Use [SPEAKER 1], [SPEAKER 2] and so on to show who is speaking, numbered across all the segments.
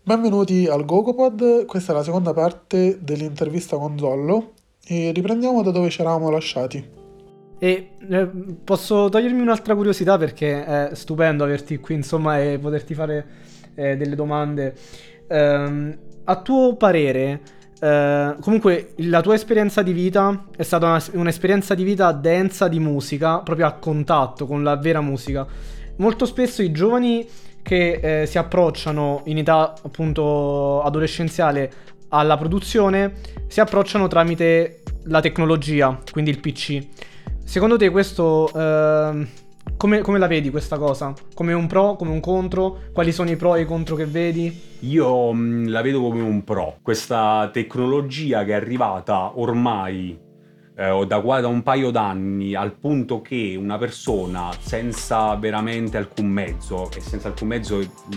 [SPEAKER 1] Benvenuti al GoGoPod, questa è la seconda parte dell'intervista con Zollo e riprendiamo da dove ci eravamo lasciati.
[SPEAKER 2] Posso togliermi un'altra curiosità perché è stupendo averti qui, insomma, e poterti fare delle domande. A tuo parere, comunque, la tua esperienza di vita è stata un'esperienza di vita densa di musica, proprio a contatto con la vera musica. Molto spesso i giovani che si approcciano in età appunto adolescenziale alla produzione si approcciano tramite la tecnologia, quindi il PC. Secondo te questo come la vedi questa cosa? Come un pro, come un contro? Quali sono i pro e i contro che vedi?
[SPEAKER 3] Io la vedo come un pro, questa tecnologia che è arrivata ormai da un paio d'anni al punto che una persona senza veramente alcun mezzo, e senza alcun mezzo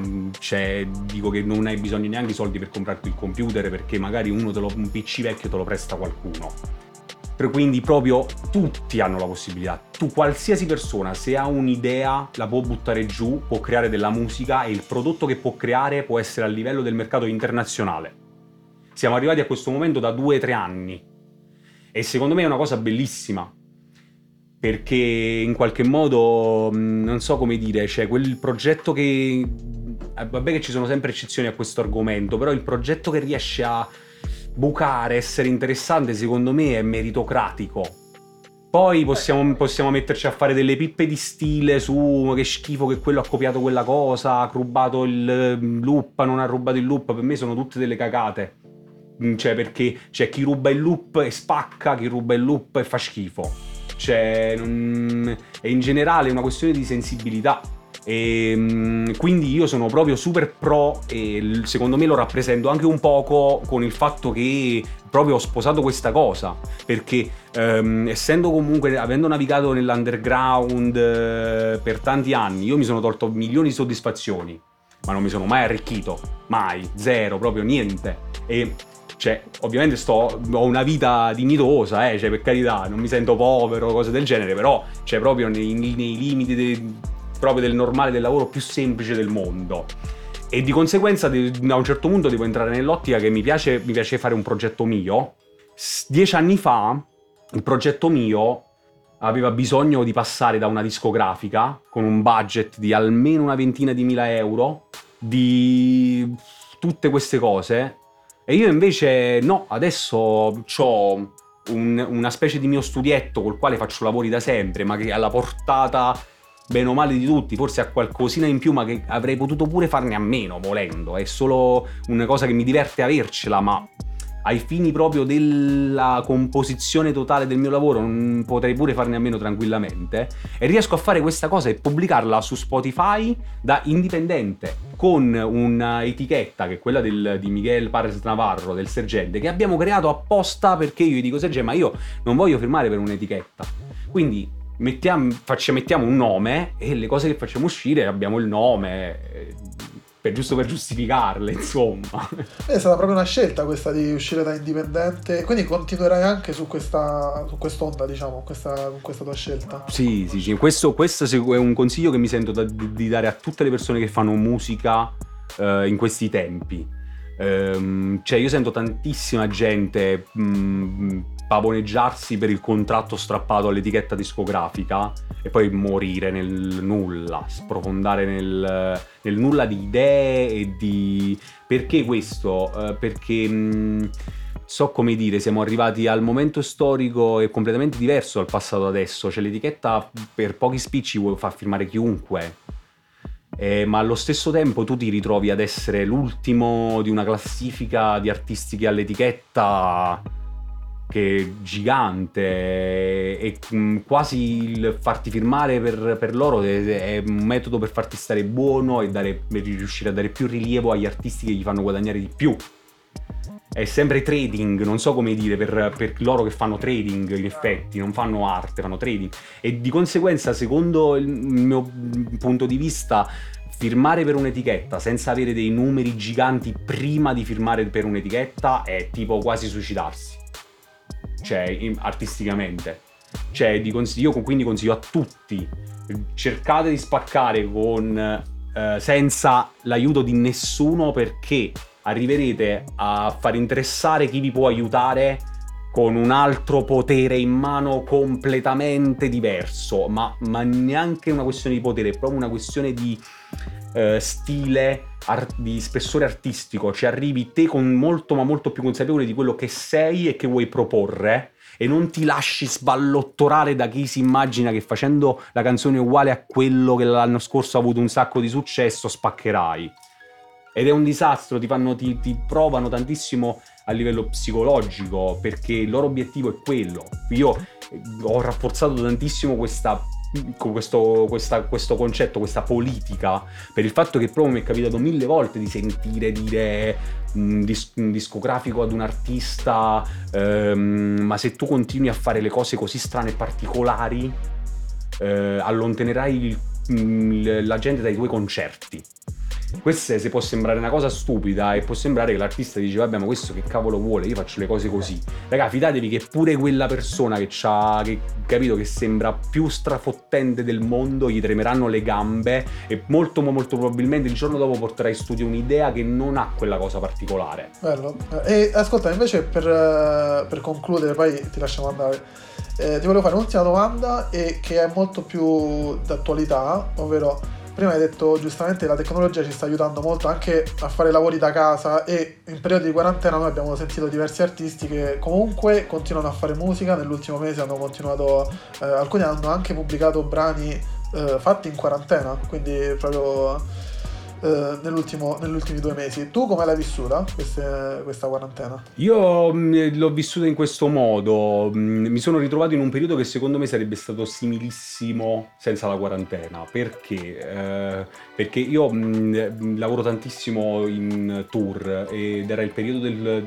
[SPEAKER 3] dico che non hai bisogno neanche di soldi per comprarti il computer, perché magari un PC vecchio te lo presta qualcuno. Quindi proprio tutti hanno la possibilità. Qualsiasi persona, se ha un'idea, la può buttare giù, può creare della musica e il prodotto che può creare può essere a livello del mercato internazionale. Siamo arrivati a questo momento da 2-3 anni e secondo me è una cosa bellissima, perché in qualche modo, non so come dire, c'è quel progetto che... vabbè che ci sono sempre eccezioni a questo argomento, però il progetto che riesce a bucare, essere interessante, secondo me è meritocratico. Poi possiamo metterci a fare delle pippe di stile su che schifo che quello ha copiato quella cosa, ha rubato il loop, non ha rubato il loop. Per me sono tutte delle cagate. Cioè, perché c'è chi ruba il loop e spacca, chi ruba il loop e fa schifo. Cioè, è in generale una questione di sensibilità. E quindi io sono proprio super pro e secondo me lo rappresento anche un poco con il fatto che proprio ho sposato questa cosa, perché essendo comunque, avendo navigato nell'underground per tanti anni, io mi sono tolto milioni di soddisfazioni, ma non mi sono mai arricchito, mai, zero, proprio niente. E cioè, ovviamente ho una vita dignitosa, cioè, per carità, non mi sento povero, cose del genere, però cioè, proprio nei limiti proprio del normale, del lavoro più semplice del mondo. E di conseguenza a un certo punto devo entrare nell'ottica che mi piace fare un progetto mio. 10 anni fa il progetto mio aveva bisogno di passare da una discografica con un budget di almeno una ventina di mila euro, di tutte queste cose, e io invece no, adesso ho una specie di mio studietto col quale faccio lavori da sempre, ma che è alla portata bene o male di tutti, forse ha qualcosina in più, ma che avrei potuto pure farne a meno volendo. È solo una cosa che mi diverte avercela, ma ai fini proprio della composizione totale del mio lavoro non potrei pure farne a meno tranquillamente, e riesco a fare questa cosa e pubblicarla su Spotify da indipendente con una etichetta che è quella di Miguel Pares Navarro, del Sergente, che abbiamo creato apposta perché io gli dico: Sergente, ma io non voglio firmare per un'etichetta, quindi mettiamo un nome e le cose che facciamo uscire abbiamo il nome, giusto per giustificarle, insomma.
[SPEAKER 1] È stata proprio una scelta questa di uscire da indipendente, quindi continuerai anche su quest'onda, diciamo, con questa tua scelta.
[SPEAKER 3] Sì, questo è un consiglio che mi sento di dare a tutte le persone che fanno musica in questi tempi. Cioè, io sento tantissima gente pavoneggiarsi per il contratto strappato all'etichetta discografica e poi morire nel nulla, sprofondare nel nulla di idee e di... Perché questo? Perché so come dire, siamo arrivati al momento storico e completamente diverso dal passato adesso, cioè l'etichetta per pochi spicci vuoi far firmare chiunque. Ma allo stesso tempo tu ti ritrovi ad essere l'ultimo di una classifica di artisti che ha l'etichetta che è gigante, e quasi il farti firmare per loro è un metodo per farti stare buono e per riuscire a dare più rilievo agli artisti che gli fanno guadagnare di più. È sempre trading, non so come dire, per loro che fanno trading, in effetti, non fanno arte, fanno trading. E di conseguenza, secondo il mio punto di vista, firmare per un'etichetta senza avere dei numeri giganti prima di firmare per un'etichetta è tipo quasi suicidarsi. Cioè, artisticamente. Cioè, io quindi consiglio a tutti: cercate di spaccare con senza l'aiuto di nessuno, perché arriverete a far interessare chi vi può aiutare con un altro potere in mano completamente diverso, ma neanche una questione di potere, è proprio una questione di stile, di spessore artistico. Ci arrivi te con molto ma molto più consapevole di quello che sei e che vuoi proporre, e non ti lasci sballottorare da chi si immagina che facendo la canzone uguale a quello che l'anno scorso ha avuto un sacco di successo spaccherai. Ed è un disastro, ti provano tantissimo a livello psicologico, perché il loro obiettivo è quello. Io ho rafforzato tantissimo questo concetto, questa politica, per il fatto che proprio mi è capitato 1000 volte di sentire dire un discografico ad un artista ma se tu continui a fare le cose così strane e particolari allontanerai la gente dai tuoi concerti. Questa, se può sembrare una cosa stupida, e può sembrare che l'artista dice vabbè, ma questo che cavolo vuole, io faccio le cose così. Raga, fidatevi che pure quella persona che capito, che sembra più strafottente del mondo, gli tremeranno le gambe, e molto probabilmente il giorno dopo porterà in studio un'idea che non ha quella cosa particolare.
[SPEAKER 1] Bello. E ascolta, invece per concludere, poi ti lasciamo andare, ti volevo fare un'ultima domanda, e che è molto più d'attualità, ovvero prima hai detto giustamente la tecnologia ci sta aiutando molto anche a fare lavori da casa, e in periodo di quarantena noi abbiamo sentito diversi artisti che comunque continuano a fare musica. Nell'ultimo mese hanno continuato, alcuni hanno anche pubblicato brani fatti in quarantena, quindi proprio negli ultimi 2 mesi. Tu come l'hai vissuta questa quarantena?
[SPEAKER 3] Io l'ho vissuta in questo modo, mi sono ritrovato in un periodo che secondo me sarebbe stato similissimo senza la quarantena, perché io lavoro tantissimo in tour, ed era il periodo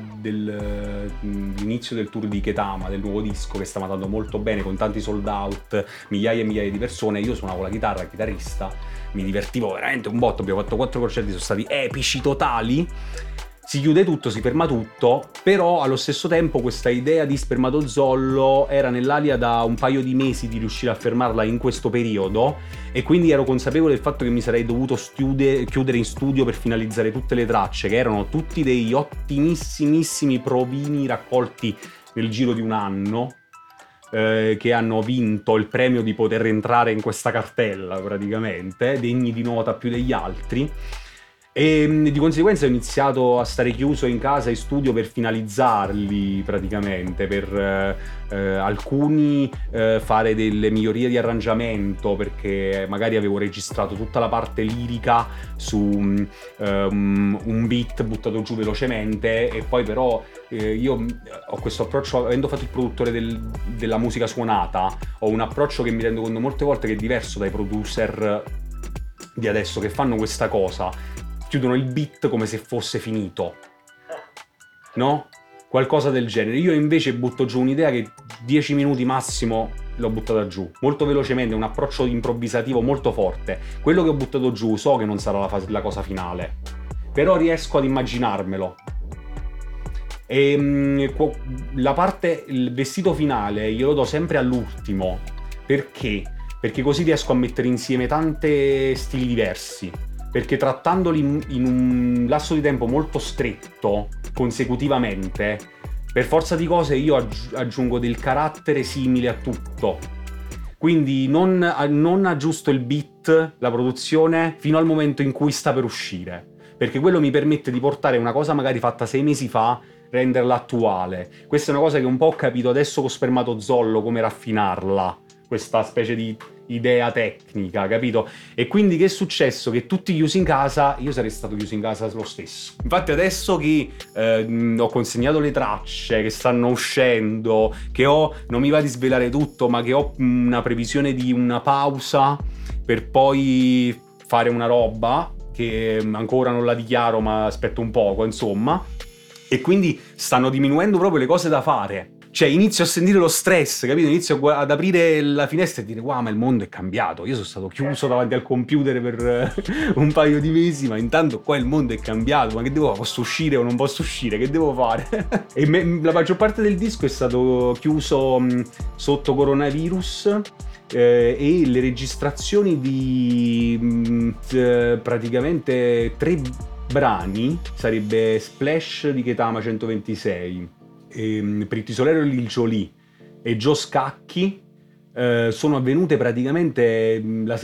[SPEAKER 3] dell'inizio del tour di Ketama, del nuovo disco che stava andando molto bene, con tanti sold out, migliaia e migliaia di persone. Io suonavo la chitarra, chitarrista, mi divertivo veramente un botto, abbiamo fatto 4 concerti, sono stati epici totali. Si chiude tutto, si ferma tutto, però allo stesso tempo questa idea di Spermatozollo era nell'aria da un paio di mesi, di riuscire a fermarla in questo periodo, e quindi ero consapevole del fatto che mi sarei dovuto chiudere in studio per finalizzare tutte le tracce, che erano tutti degli ottimissimissimi provini raccolti nel giro di un anno, che hanno vinto il premio di poter entrare in questa cartella, praticamente, degni di nota più degli altri. E di conseguenza ho iniziato a stare chiuso in casa in studio per finalizzarli, praticamente, per alcuni fare delle migliorie di arrangiamento, perché magari avevo registrato tutta la parte lirica su un beat buttato giù velocemente, e poi però io ho questo approccio, avendo fatto il produttore della musica suonata, ho un approccio che mi rendo conto molte volte che è diverso dai producer di adesso, che fanno questa cosa, chiudono il beat come se fosse finito, no? Qualcosa del genere. Io invece butto giù un'idea che 10 minuti massimo l'ho buttata giù, molto velocemente, un approccio improvvisativo molto forte. Quello che ho buttato giù so che non sarà la cosa finale, però riesco ad immaginarmelo. E il vestito finale io lo do sempre all'ultimo. Perché? Perché così riesco a mettere insieme tante stili diversi. Perché trattandoli in un lasso di tempo molto stretto, consecutivamente, per forza di cose io aggiungo del carattere simile a tutto. Quindi non aggiusto il beat, la produzione, fino al momento in cui sta per uscire. Perché quello mi permette di portare una cosa magari fatta 6 mesi fa, renderla attuale. Questa è una cosa che un po' ho capito adesso con Spermatozollo, come raffinarla, questa specie di idea tecnica, capito? E quindi che è successo? Che tutti chiusi in casa, io sarei stato chiuso in casa lo stesso. Infatti adesso che ho consegnato le tracce che stanno uscendo, che non mi va di svelare tutto, ma che ho una previsione di una pausa per poi fare una roba che ancora non la dichiaro, ma aspetto un poco, insomma. E quindi stanno diminuendo proprio le cose da fare. Cioè inizio a sentire lo stress, capito? Inizio ad aprire la finestra e dire wow, ma il mondo è cambiato. Io sono stato chiuso davanti al computer per un paio di mesi, ma intanto qua il mondo è cambiato. Ma che posso uscire o non posso uscire? Che devo fare? E la maggior parte del disco è stato chiuso sotto coronavirus, e le registrazioni di praticamente 3 brani, sarebbe Splash di Ketama 126, Pretty Solero e Lil Jolie e Joe Scacchi, sono avvenute praticamente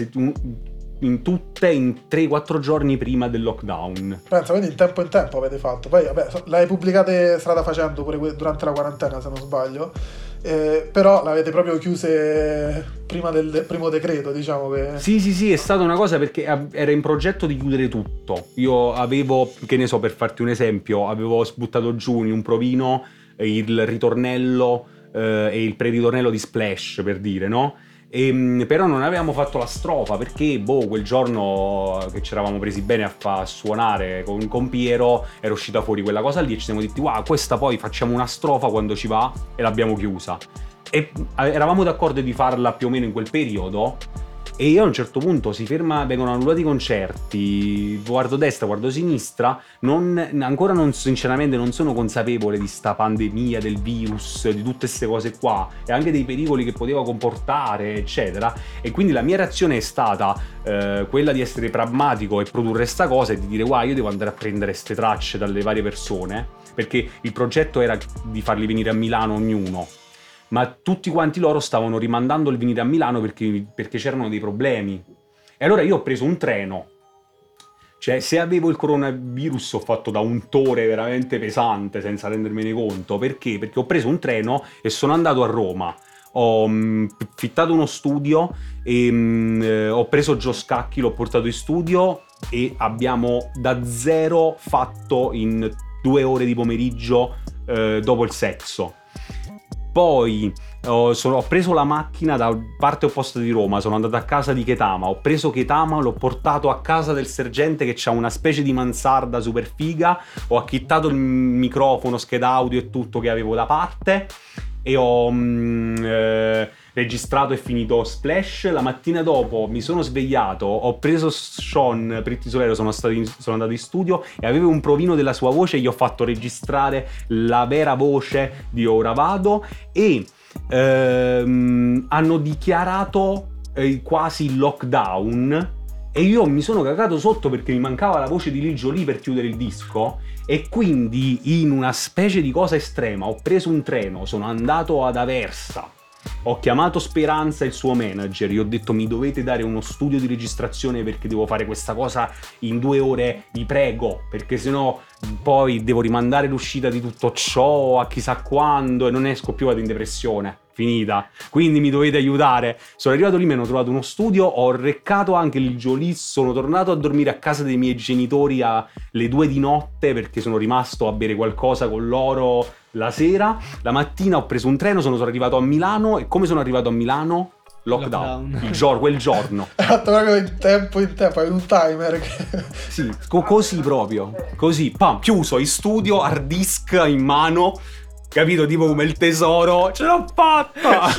[SPEAKER 3] in 3-4 giorni prima del lockdown.
[SPEAKER 1] Pensa, quindi in tempo avete fatto. Poi vabbè, l'hai pubblicate strada facendo pure durante la quarantena, se non sbaglio, però l'avete proprio chiuse prima del primo decreto, diciamo che...
[SPEAKER 3] Sì, è stata una cosa perché era in progetto di chiudere tutto. Io avevo, che ne so, per farti un esempio, avevo sbuttato giù in un provino il ritornello e il pre-ritornello di Splash, per dire, no? Però non avevamo fatto la strofa perché quel giorno che ci eravamo presi bene a suonare con Piero era uscita fuori quella cosa lì e ci siamo detti wow, questa poi facciamo una strofa quando ci va, e l'abbiamo chiusa, e eravamo d'accordo di farla più o meno in quel periodo. E io a un certo punto vengono annullati i concerti, guardo destra, guardo sinistra, sinceramente non sono consapevole di sta pandemia, del virus, di tutte queste cose qua, e anche dei pericoli che poteva comportare, eccetera. E quindi la mia reazione è stata quella di essere pragmatico e produrre sta cosa e di dire io devo andare a prendere ste tracce dalle varie persone, perché il progetto era di farli venire a Milano ognuno. Ma tutti quanti loro stavano rimandando il venire a Milano perché c'erano dei problemi. E allora io ho preso un treno. Cioè, se avevo il coronavirus ho fatto da un tore veramente pesante senza rendermene conto. Perché? Perché ho preso un treno e sono andato a Roma. Ho fittato uno studio e ho preso Joe Scacchi, l'ho portato in studio e abbiamo da zero fatto in 2 ore di pomeriggio dopo il sesso. Poi ho preso la macchina da parte opposta di Roma, sono andato a casa di Ketama, ho preso Ketama, l'ho portato a casa del sergente che c'ha una specie di mansarda super figa, ho acchittato il microfono, scheda audio e tutto che avevo da parte e ho registrato e finito Splash. La mattina dopo mi sono svegliato, ho preso Sean Pretty Solero, sono andato in studio e avevo un provino della sua voce e gli ho fatto registrare la vera voce di Ora Vado e hanno dichiarato quasi il lockdown e io mi sono cagato sotto perché mi mancava la voce di Lil Jolie per chiudere il disco. E quindi in una specie di cosa estrema ho preso un treno, sono andato ad Aversa, ho chiamato Speranza, il suo manager, gli ho detto mi dovete dare uno studio di registrazione perché devo fare questa cosa in 2 ore, vi prego, perché sennò poi devo rimandare l'uscita di tutto ciò a chissà quando e non esco più, vado in depressione. Finita, quindi mi dovete aiutare. Sono arrivato lì, mi hanno trovato uno studio, ho reccato anche il Jolie, sono tornato a dormire a casa dei miei genitori alle 2 di notte perché sono rimasto a bere qualcosa con loro la sera. La mattina ho preso un treno, sono arrivato a Milano e come sono arrivato a Milano? Lockdown. Quel giorno.
[SPEAKER 1] Hai fatto proprio in tempo, hai un timer
[SPEAKER 3] Sì, così proprio, così, pam, chiuso in studio, hard disk in mano. Capito? Tipo come il tesoro. Ce l'ho fatta!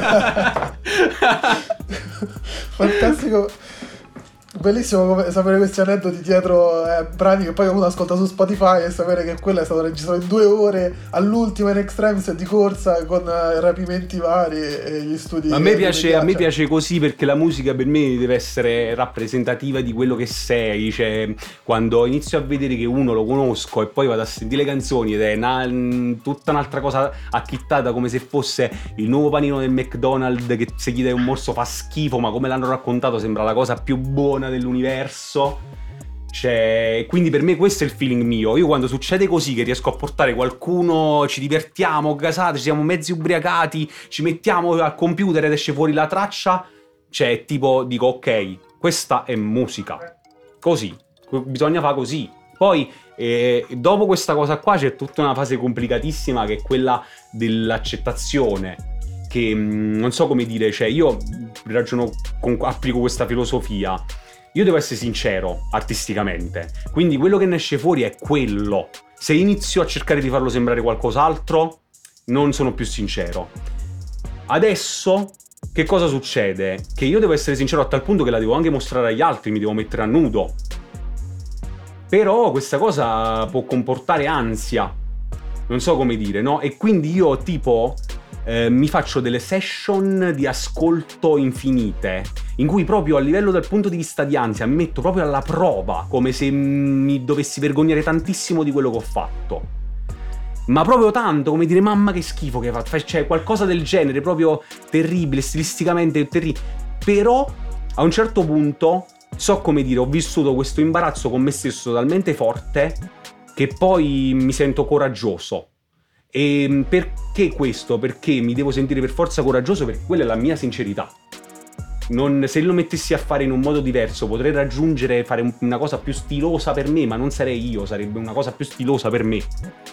[SPEAKER 1] Fantastico. Bellissimo sapere questi aneddoti dietro brani che poi uno ascolta su Spotify e sapere che quello è stato registrato in 2 ore all'ultima in extremis di corsa con rapimenti vari e gli studi.
[SPEAKER 3] A me piace così perché la musica per me deve essere rappresentativa di quello che sei. Cioè, quando inizio a vedere che uno lo conosco e poi vado a sentire le canzoni ed è tutta un'altra cosa acchittata, come se fosse il nuovo panino del McDonald's che se gli dai un morso fa schifo, ma come l'hanno raccontato sembra la cosa più buona dell'universo. Cioè, quindi per me questo è il feeling mio. Io quando succede così, che riesco a portare qualcuno, ci divertiamo, gasate, ci siamo mezzi ubriacati, ci mettiamo al computer ed esce fuori la traccia, cioè tipo dico ok, questa è musica. Così, bisogna fare così. Poi dopo questa cosa qua c'è tutta una fase complicatissima che è quella dell'accettazione, che non so come dire, cioè io applico questa filosofia. Io devo essere sincero artisticamente, quindi quello che ne esce fuori è quello. Se inizio a cercare di farlo sembrare qualcos'altro, non sono più sincero. Adesso che cosa succede? Che io devo essere sincero a tal punto che la devo anche mostrare agli altri, mi devo mettere a nudo. Però questa cosa può comportare ansia, non so come dire, no? E quindi io tipo mi faccio delle session di ascolto infinite, in cui proprio a livello dal punto di vista di ansia mi metto proprio alla prova, come se mi dovessi vergognare tantissimo di quello che ho fatto. Ma proprio tanto, come dire, mamma che schifo che hai fatto, cioè qualcosa del genere, proprio terribile, stilisticamente terribile. Però a un certo punto, so come dire, ho vissuto questo imbarazzo con me stesso talmente forte che poi mi sento coraggioso. E perché questo? Perché mi devo sentire per forza coraggioso? Perché quella è la mia sincerità. Se lo mettessi a fare in un modo diverso, potrei raggiungere, fare una cosa più stilosa per me, ma non sarei io, sarebbe una cosa più stilosa per me.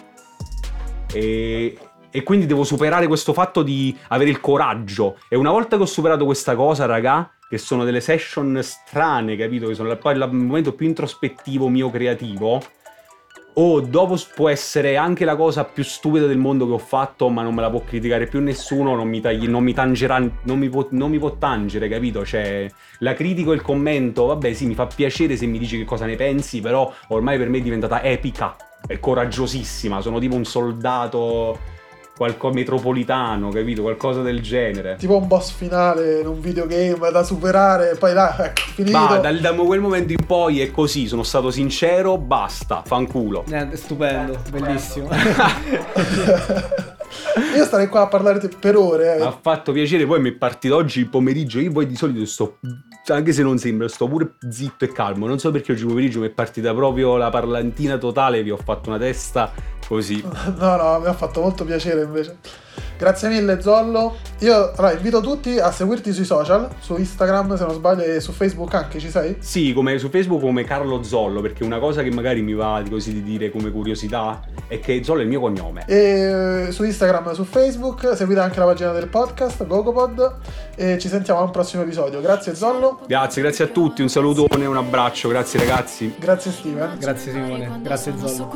[SPEAKER 3] E quindi devo superare questo fatto di avere il coraggio. E una volta che ho superato questa cosa, raga, che sono delle session strane, capito? Che sono poi il momento più introspettivo mio creativo. Dopo può essere anche la cosa più stupida del mondo che ho fatto, ma non me la può criticare più nessuno, non mi può tangere, capito? Cioè, la critica e il commento, vabbè sì, mi fa piacere se mi dici che cosa ne pensi, però ormai per me è diventata epica, è coraggiosissima, sono tipo un soldato metropolitano, capito? Qualcosa del genere.
[SPEAKER 1] Tipo un boss finale in un videogame da superare, e poi là, ecco, finito.
[SPEAKER 3] Da quel momento in poi è così, sono stato sincero, basta, fanculo.
[SPEAKER 2] Stupendo, bellissimo.
[SPEAKER 1] Io starei qua a parlare per ore.
[SPEAKER 3] Mi ha fatto piacere, poi mi è partito oggi il pomeriggio, io poi di solito sto, anche se non sembra, sto pure zitto e calmo, non so perché oggi pomeriggio mi è partita proprio la parlantina totale, vi ho fatto una testa così.
[SPEAKER 1] No, mi ha fatto molto piacere invece. Grazie mille Zollo. Io invito tutti a seguirti sui social, su Instagram se non sbaglio, e su Facebook anche, ci sei?
[SPEAKER 3] Sì, come su Facebook come Carlo Zollo, perché una cosa che magari mi va così di dire come curiosità è che Zollo è il mio cognome.
[SPEAKER 1] E su Instagram e su Facebook seguite anche la pagina del podcast GoGoPod e ci sentiamo a un prossimo episodio. Grazie Zollo.
[SPEAKER 3] Grazie a tutti, un salutone, un abbraccio, grazie ragazzi.
[SPEAKER 1] Grazie Steven.
[SPEAKER 2] Grazie Simone, grazie Zollo.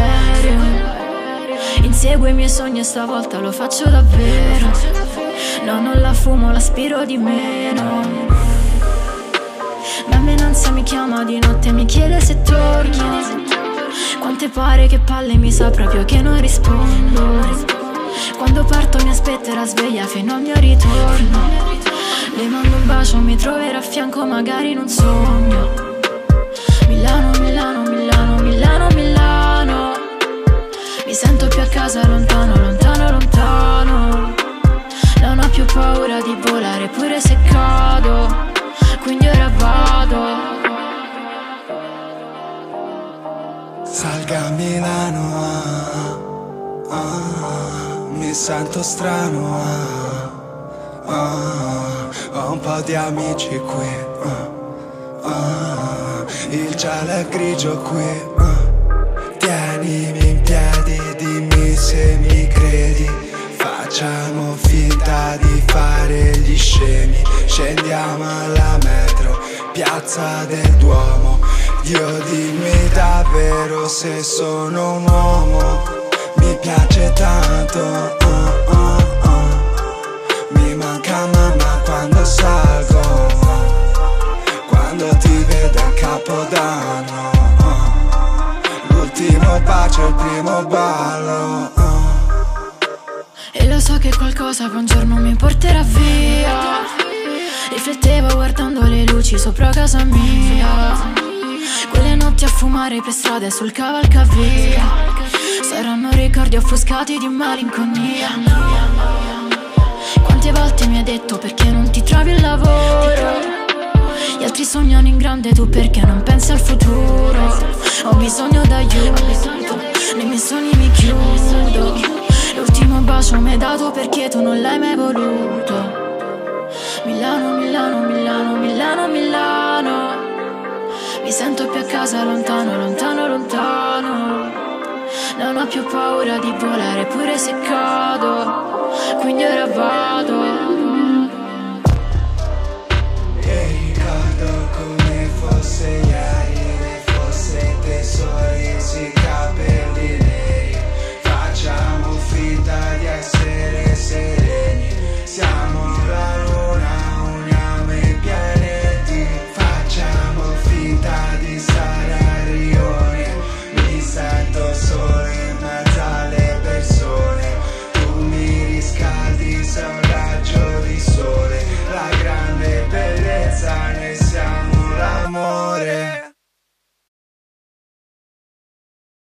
[SPEAKER 4] Inseguo i miei sogni e stavolta lo faccio davvero. No, non la fumo, l'aspiro di meno. Ma menanza mi chiama di notte e mi chiede se torno. Quante pare che palle, mi sa proprio che non rispondo. Quando parto mi aspetterà sveglia fino al mio ritorno. Le mando un bacio, mi troverà a fianco magari in un sogno. Milano, Milano, Milano, Milano, Milano. Mi sento più a casa, lontano, lontano, lontano. Non ho più paura di volare pure se cado. Quindi ora vado.
[SPEAKER 5] Salga a Milano, mi sento strano, ho un po' di amici qui, il cielo è grigio qui. Tienimi in piedi, dimmi se mi credi. Facciamo finta di fare gli scemi. Scendiamo alla metro, piazza del Duomo. Dio, dimmi davvero se sono un uomo. Mi piace tanto, mi manca mamma quando salgo, quando ti vedo a Capodanno. L'ultimo bacio, il primo ballo,
[SPEAKER 4] E lo so che qualcosa un giorno mi porterà via. Riflettevo guardando le luci sopra casa mia. Quelle notti a fumare per strada e sul cavalcavia. Saranno ricordi offuscati di malinconia. Quante volte mi hai detto perché non ti trovi il lavoro. Gli altri sognano in grande, tu perché non pensi al futuro. Ho bisogno d'aiuto, nei miei sogni mi chiudo. L'ultimo bacio mi hai dato perché tu non l'hai mai voluto. Milano, Milano, Milano, Milano, Milano. Mi sento più a casa, lontano, lontano, lontano. Non ho più paura di volare pure se cado. Quindi ora vado.
[SPEAKER 5] ricordo come fosse ieri, fosse dei sorrisi, capelli neri. Facciamo finta di essere sereni. Siamo la luna, uniamo i pianeti. Facciamo finta di stare a Rione. Mi sento solo in mezzo alle persone. Tu mi riscaldi sa